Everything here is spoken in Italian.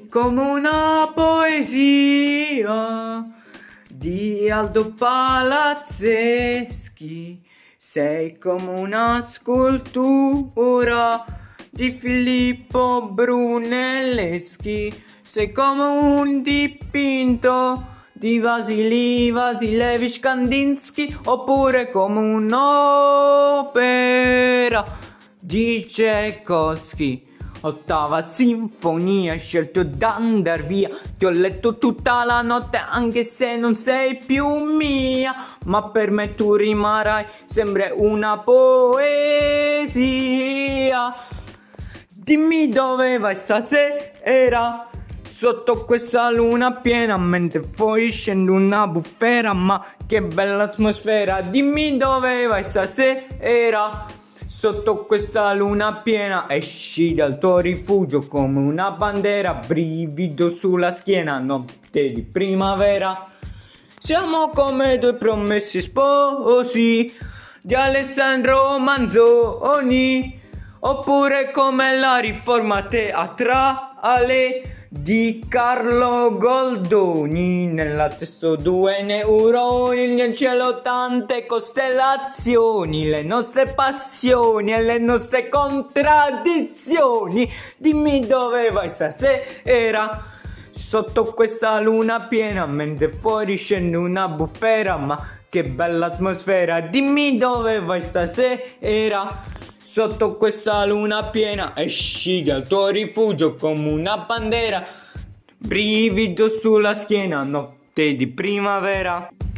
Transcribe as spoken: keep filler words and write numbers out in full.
come una poesia di Aldo Palazzeschi, sei come una scultura di Filippo Brunelleschi, sei come un dipinto di Vasily Vasilevich Kandinsky, oppure come un'opera di Tchaikovsky. Ottava sinfonia, hai scelto d'andar via, ti ho letto tutta la notte anche se non sei più mia, ma per me tu rimarrai sempre una poesia. Dimmi dove vai stasera, sotto questa luna piena, mentre fuori scende una bufera, ma che bella atmosfera. Dimmi dove vai stasera, sotto questa luna piena, esci dal tuo rifugio come una bandiera, brivido sulla schiena, notte di primavera. Siamo come due promessi sposi di Alessandro Manzoni, oppure come la riforma teatrale di Carlo Goldoni. Nella testa due neuroni, nel cielo tante costellazioni, le nostre passioni e le nostre contraddizioni. Dimmi dove vai stasera, sotto questa luna piena, mentre fuori scende una bufera, ma che bella atmosfera. Dimmi dove vai stasera, sotto questa luna piena, esci dal tuo rifugio come una bandiera, brivido sulla schiena, notte di primavera.